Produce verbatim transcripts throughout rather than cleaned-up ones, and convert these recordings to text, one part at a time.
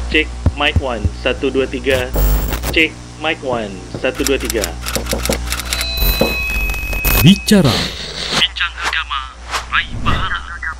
Cek mic one, satu dua tiga. Cek mic one, satu dua tiga. Bicara Bincang agama, raih pahala.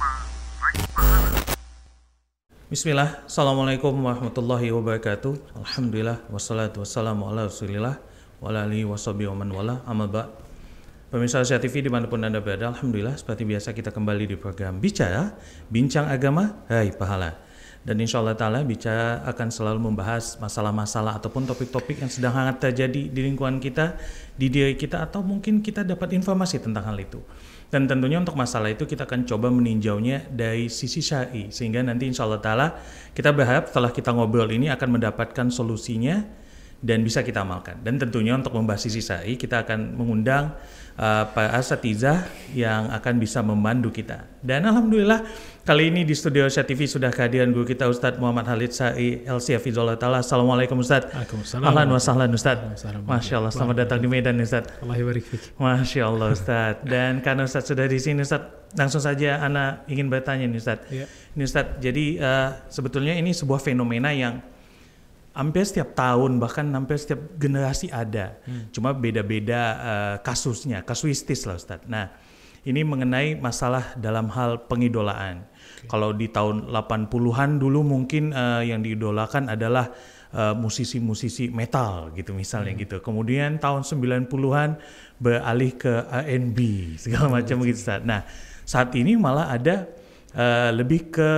Bismillah, Assalamualaikum warahmatullahi wabarakatuh. Alhamdulillah, wassalatu wassalamu ala rasulillah wa ala alihi washabihi wa man wala, amma ba'd. Pemirsa Asia T V dimanapun Anda berada, Alhamdulillah seperti biasa kita kembali di program Bicara, Bincang Agama, Raih Pahala. Dan insya Allah ta'ala Bicara akan selalu membahas masalah-masalah ataupun topik-topik yang sedang hangat terjadi di lingkungan kita, di diri kita, atau mungkin kita dapat informasi tentang hal itu. Dan tentunya untuk masalah itu kita akan coba meninjaunya dari sisi syar'i, sehingga nanti insya Allah ta'ala kita berharap setelah kita ngobrol ini akan mendapatkan solusinya dan bisa kita amalkan. Dan tentunya untuk membahas sisi syar'i kita akan mengundang uh, para asatizah yang akan bisa membantu kita. Dan Alhamdulillah kali ini di studio Asia T V sudah kehadiran guru kita Ustadz Muhammad Khalid Sa'i L C Hafizahullah Ta'ala. Assalamualaikum Ustadz. Waalaikumsalam. Ahlan wa sahlan Ustadz. Masya Allah, selamat datang di Medan Ustadz. Allah barik fik. Masya Allah Ustadz. Dan karena Ustadz sudah di sini Ustadz, langsung saja Ana ingin bertanya nih Ustadz. Ya. Ini Ustadz, jadi uh, sebetulnya ini sebuah fenomena yang hampir setiap tahun, bahkan hampir setiap generasi ada. Hmm. Cuma beda-beda uh, kasusnya, kasuistis lah Ustadz. Nah, ini mengenai masalah dalam hal pengidolaan. Okay. Kalau di tahun delapan puluhan dulu mungkin uh, yang diidolakan adalah uh, musisi-musisi metal gitu misalnya hmm. gitu. Kemudian tahun sembilan puluhan beralih ke R and B segala macam gitu Ustadz. Nah, saat ini malah ada uh, lebih ke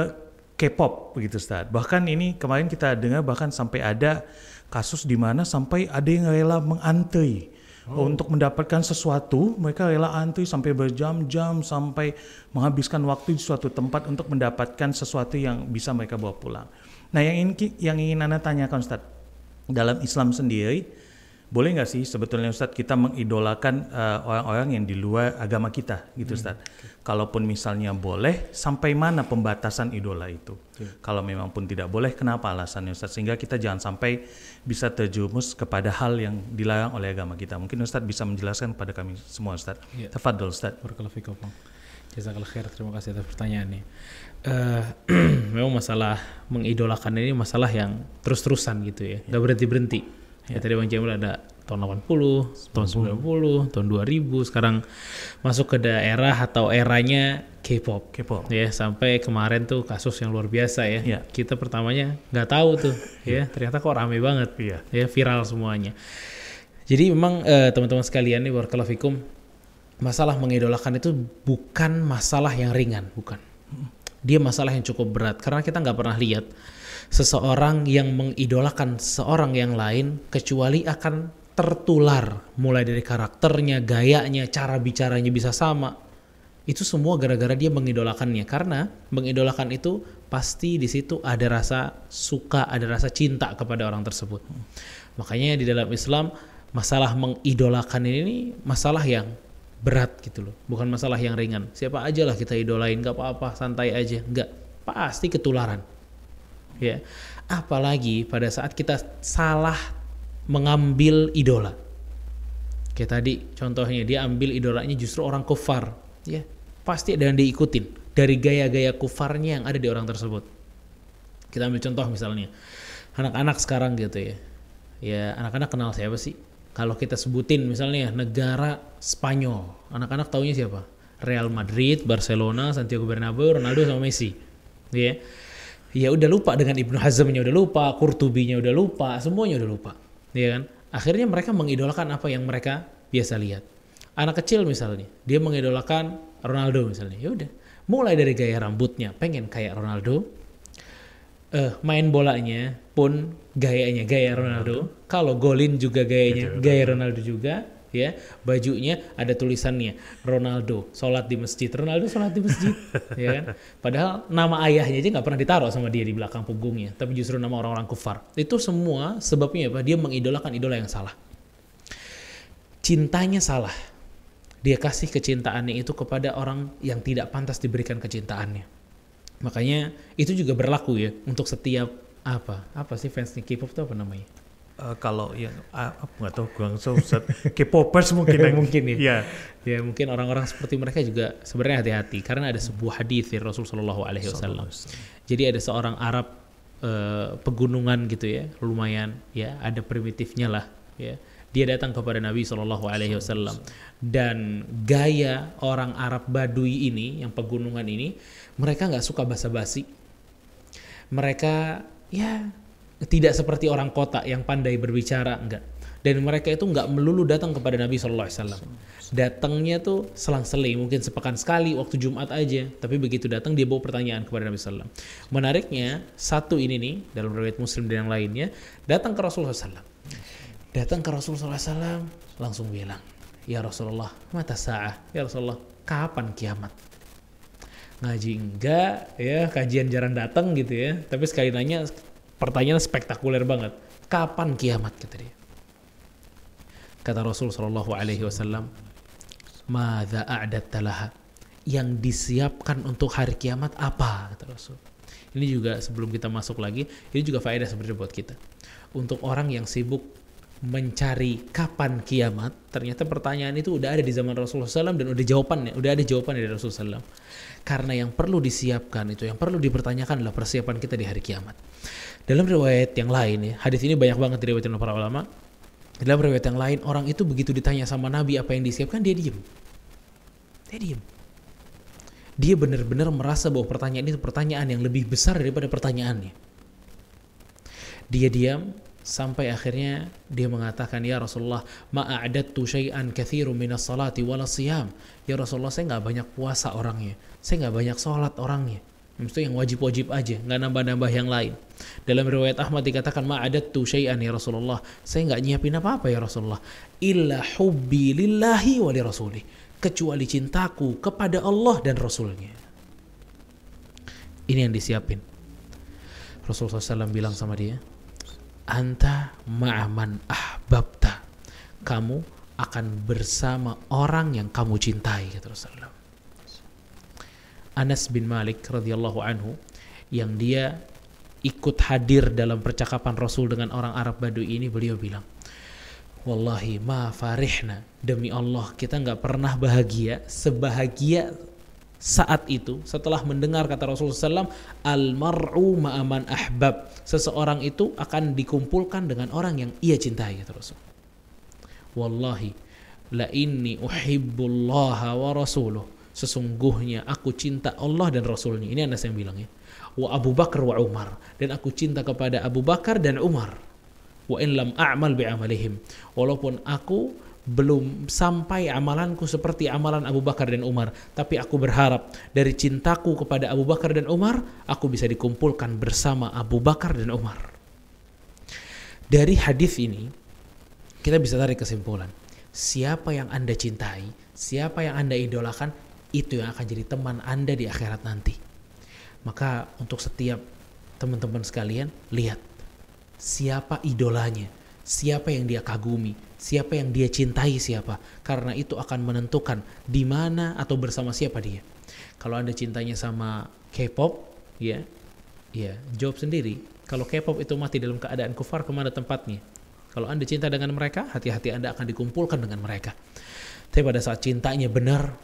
K-pop begitu Ustaz. Bahkan ini kemarin kita dengar bahkan sampai ada kasus di mana sampai ada yang rela mengantri oh. untuk mendapatkan sesuatu, mereka rela antri sampai berjam-jam sampai menghabiskan waktu di suatu tempat untuk mendapatkan sesuatu yang bisa mereka bawa pulang. Nah, yang ingin yang ingin Anda tanyakan Ustaz, dalam Islam sendiri boleh nggak sih sebetulnya Ustadz kita mengidolakan uh, orang-orang yang di luar agama kita gitu Ustadz? Hmm, okay. Kalaupun misalnya boleh, sampai mana pembatasan idola itu? Okay. Kalau memang pun tidak boleh, kenapa alasannya Ustadz? Sehingga kita jangan sampai bisa terjumus kepada hal yang dilarang oleh agama kita. Mungkin Ustadz bisa menjelaskan kepada kami semua Ustadz. Yeah. Tafadhol Ustadz. Barakallahu fikum. Jazakallahu khair, terima kasih atas pertanyaannya. Uh, memang masalah mengidolakan ini masalah yang terus-terusan gitu ya, nggak yeah. berhenti-berhenti. Ya, tadi Bang Jamil ada tahun delapan puluh, tahun sembilan puluh, tahun dua ribu, sekarang masuk ke daerah atau eranya K-pop. K-pop. Ya, sampai kemarin tuh kasus yang luar biasa ya. Ya. Kita pertamanya nggak tahu tuh ya, ternyata kok rame banget. Ya, ya viral semuanya. Jadi memang eh, teman-teman sekalian nih, barakallahu fikum, masalah mengidolakan itu bukan masalah yang ringan, bukan. Dia masalah yang cukup berat karena kita nggak pernah lihat seseorang yang mengidolakan seorang yang lain kecuali akan tertular mulai dari karakternya, gayanya, cara bicaranya bisa sama. Itu semua gara-gara dia mengidolakannya, karena mengidolakan itu pasti di situ ada rasa suka, ada rasa cinta kepada orang tersebut. Makanya di dalam Islam masalah mengidolakan ini masalah yang berat gitu loh, bukan masalah yang ringan. Siapa aja lah kita idolain, gak apa-apa, santai aja, enggak, pasti ketularan. Ya, apalagi pada saat kita salah mengambil idola. Kayak tadi contohnya dia ambil idolanya justru orang kufar, ya pasti ada yang diikutin dari gaya-gaya kufarnya yang ada di orang tersebut. Kita ambil contoh misalnya anak-anak sekarang gitu ya, ya anak-anak kenal siapa sih? Kalau kita sebutin misalnya negara Spanyol, anak-anak taunya siapa? Real Madrid, Barcelona, Santiago Bernabeu, Ronaldo sama Messi, ya. Ya udah lupa dengan Ibnu Hazmnya udah lupa, Qurtubinya udah lupa, semuanya udah lupa, ya kan? Akhirnya mereka mengidolakan apa yang mereka biasa lihat. Anak kecil misalnya, dia mengidolakan Ronaldo misalnya, ya udah, mulai dari gaya rambutnya, pengen kayak Ronaldo, eh, main bolanya pun gayanya gaya Ronaldo, Ronaldo. Kalau golin juga gayanya gaya Ronaldo juga. Ya, bajunya ada tulisannya Ronaldo sholat di masjid, Ronaldo sholat di masjid, ya kan? Padahal nama ayahnya aja nggak pernah ditaruh sama dia di belakang punggungnya, tapi justru nama orang-orang kufar. Itu semua sebabnya apa? Dia mengidolakan idola yang salah. Cintanya salah. Dia kasih kecintaannya itu kepada orang yang tidak pantas diberikan kecintaannya. Makanya itu juga berlaku ya untuk setiap apa? Apa sih fans K-pop itu apa namanya? Uh, kalau yang uh, nggak tahu Guangzhou K-popers mungkin mungkin ya. ya ya mungkin orang-orang seperti mereka juga sebenarnya hati-hati karena ada sebuah hadis dari Rasul Shallallahu Alaihi Wasallam. Jadi ada seorang Arab uh, pegunungan gitu ya, lumayan ya ada primitifnya lah ya. Dia datang kepada Nabi shallallahu alaihi wasallam dan gaya orang Arab Badui ini yang pegunungan ini, mereka nggak suka basa-basi. Mereka ya tidak seperti orang kota yang pandai berbicara, enggak. Dan mereka itu nggak melulu datang kepada Nabi shallallahu alaihi wasallam. Datangnya tuh selang-seling, mungkin sepekan sekali waktu Jumat aja. Tapi begitu datang dia bawa pertanyaan kepada Nabi shallallahu alaihi wasallam. Menariknya satu ini nih dalam riwayat Muslim dan yang lainnya, datang ke Rasulullah shallallahu alaihi wasallam. Datang ke Rasulullah shallallahu alaihi wasallam langsung bilang, ya Rasulullah, mata sa'ah, ya Rasulullah, kapan kiamat? Ngaji enggak, ya kajian jarang datang gitu ya. Tapi sekali nanya, pertanyaan spektakuler banget. Kapan kiamat, kata dia. Kata Rasul shallallahu alaihi wasallam, madza a'datta laha? Yang disiapkan untuk hari kiamat apa? Kata Rasul. Ini juga sebelum kita masuk lagi, ini juga faedah sebenarnya buat kita. Untuk orang yang sibuk mencari kapan kiamat, ternyata pertanyaan itu udah ada di zaman Rasulullah shallallahu alaihi wasallam dan udah jawabannya, udah ada jawabannya dari Rasulullah shallallahu alaihi wasallam. Karena yang perlu disiapkan itu, yang perlu dipertanyakan adalah persiapan kita di hari kiamat. Dalam riwayat yang lain ya, hadis ini banyak banget diriwayatkan oleh para ulama. Dalam riwayat yang lain, orang itu begitu ditanya sama Nabi apa yang disiapkan, dia diem. Dia diem. Dia benar-benar merasa bahwa pertanyaan itu pertanyaan yang lebih besar daripada pertanyaannya. Dia diam sampai akhirnya dia mengatakan, ya Rasulullah, ma'a'adattu syai'an katsirun minas salati wala siyam. Ya Rasulullah, saya nggak banyak puasa orangnya, saya nggak banyak sholat orangnya. Maksudnya yang wajib-wajib aja, nggak nambah-nambah yang lain. Dalam riwayat Ahmad dikatakan, ma'a'adattu syai'an ya Rasulullah, saya nggak nyiapin apa-apa ya Rasulullah, illa hubbi lillahi wa li rasulih, kecuali cintaku kepada Allah dan Rasulnya. Ini yang disiapin. Rasulullah shallallahu alaihi wasallam bilang sama dia, anta ma'aman ahbabta, kamu akan bersama orang yang kamu cintai, kata Rasulullah. Anas bin Malik radhiyallahu anhu yang dia ikut hadir dalam percakapan Rasul dengan orang Arab Badui ini, beliau bilang, wallahi ma farihna, demi Allah kita nggak pernah bahagia sebahagia saat itu setelah mendengar kata Rasulullah shallallahu alaihi wasallam, al-mar'u ma'aman ahbab, seseorang itu akan dikumpulkan dengan orang yang ia cintai, kata Rasul. Wallahi la inni uhibbullaha wa rasuluh, sesungguhnya aku cinta Allah dan Rasulnya. Ini Anas yang bilang ya. Wa Abu Bakar wa Umar, dan aku cinta kepada Abu Bakar dan Umar. Wa in lam a'mal bi'amalihim, walaupun aku belum sampai amalanku seperti amalan Abu Bakar dan Umar, tapi aku berharap dari cintaku kepada Abu Bakar dan Umar, aku bisa dikumpulkan bersama Abu Bakar dan Umar. Dari hadis ini kita bisa tarik kesimpulan, siapa yang Anda cintai, siapa yang Anda idolakan, itu yang akan jadi teman Anda di akhirat nanti. Maka untuk setiap teman-teman sekalian, lihat siapa idolanya, siapa yang dia kagumi, siapa yang dia cintai siapa, karena itu akan menentukan di mana atau bersama siapa dia. Kalau Anda cintanya sama K-pop, ya, ya jawab sendiri. Kalau K-pop itu mati dalam keadaan kufar, kemana tempatnya? Kalau Anda cinta dengan mereka, hati-hati Anda akan dikumpulkan dengan mereka. Tapi pada saat cintanya benar,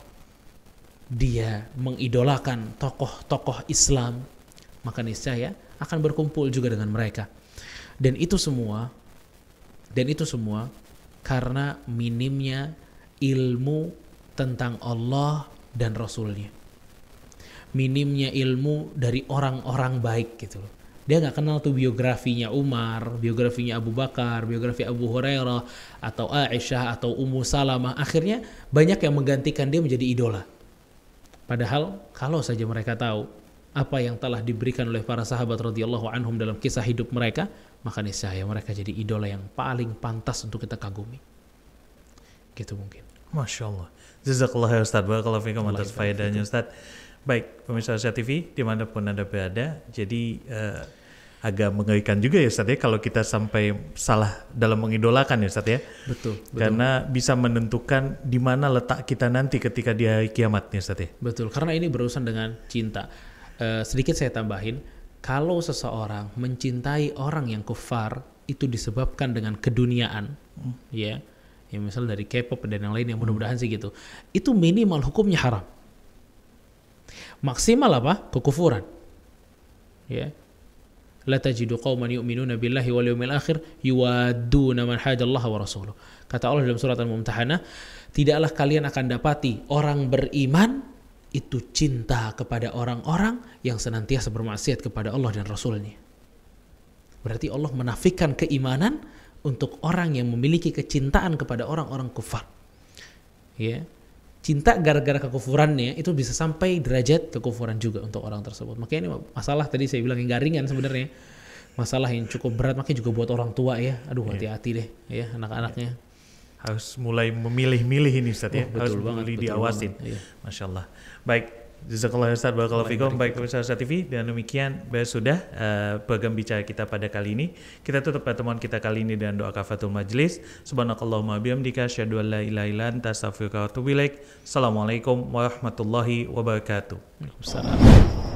dia mengidolakan tokoh-tokoh Islam, maka niscaya akan berkumpul juga dengan mereka. Dan itu semua, dan itu semua karena minimnya ilmu tentang Allah dan Rasulnya, minimnya ilmu dari orang-orang baik gitu loh. Dia nggak kenal tuh biografinya Umar, biografinya Abu Bakar, biografi Abu Hurairah atau Aisyah atau Ummu Salamah. Akhirnya banyak yang menggantikan dia menjadi idola. Padahal kalau saja mereka tahu apa yang telah diberikan oleh para sahabat radhiyallahu anhum dalam kisah hidup mereka, maka niscaya mereka jadi idola yang paling pantas untuk kita kagumi. Gitu mungkin. Masya Allah. Jazakallah ya Ustaz. Barakallahu fikum atas faedahnya Ustaz. Baik, pemirsa Asia T V dimanapun Anda berada, jadi uh, agak mengerikan juga ya Ustaz ya kalau kita sampai salah dalam mengidolakan ya Ustaz ya. Betul, betul. Karena bisa menentukan di mana letak kita nanti ketika di hari kiamat ya Ustaz ya. Betul, karena ini berurusan dengan cinta. Uh, sedikit saya tambahin, kalau seseorang mencintai orang yang kufar itu disebabkan dengan keduniaan, hmm. ya, ya misal dari K-pop dan yang lain yang mudah-mudahan hmm. sih gitu, itu minimal hukumnya haram, maksimal apa? Kekufuran, ya. la tajidu qauman yu'minuna billahi wal yawmil akhir yuwadduna man hadallaha wa rasuluh. Kata Allah dalam surat Al-Mumtahanah, tidaklah kalian akan dapati orang beriman itu cinta kepada orang-orang yang senantiasa bermaksiat kepada Allah dan Rasulnya. Berarti Allah menafikan keimanan untuk orang yang memiliki kecintaan kepada orang-orang kufar. Ya. Cinta gara-gara kekufurannya itu bisa sampai derajat kekufuran juga untuk orang tersebut. Makanya ini masalah tadi saya bilang yang garingan sebenarnya. Masalah yang cukup berat, makanya juga buat orang tua ya. Aduh, hati-hati deh ya anak-anaknya. Harus mulai memilih-milih ini Ustaz ya. Oh, Harus banget, mulai diawasin. Iya. Masya Allah. Baik. Jazakallah Ustaz, barakallahu fikum. Baik pemirsa T V, dan demikian sudah uh, program bicara kita pada kali ini. Kita tutup pertemuan kita kali ini dengan doa kafatul majlis. Subhanakallahumma bihamdika asyhadu an la ilaha illa anta astaghfiruka wa atubu ilaik. Assalamualaikum warahmatullahi wabarakatuh. Waalaikumsalam.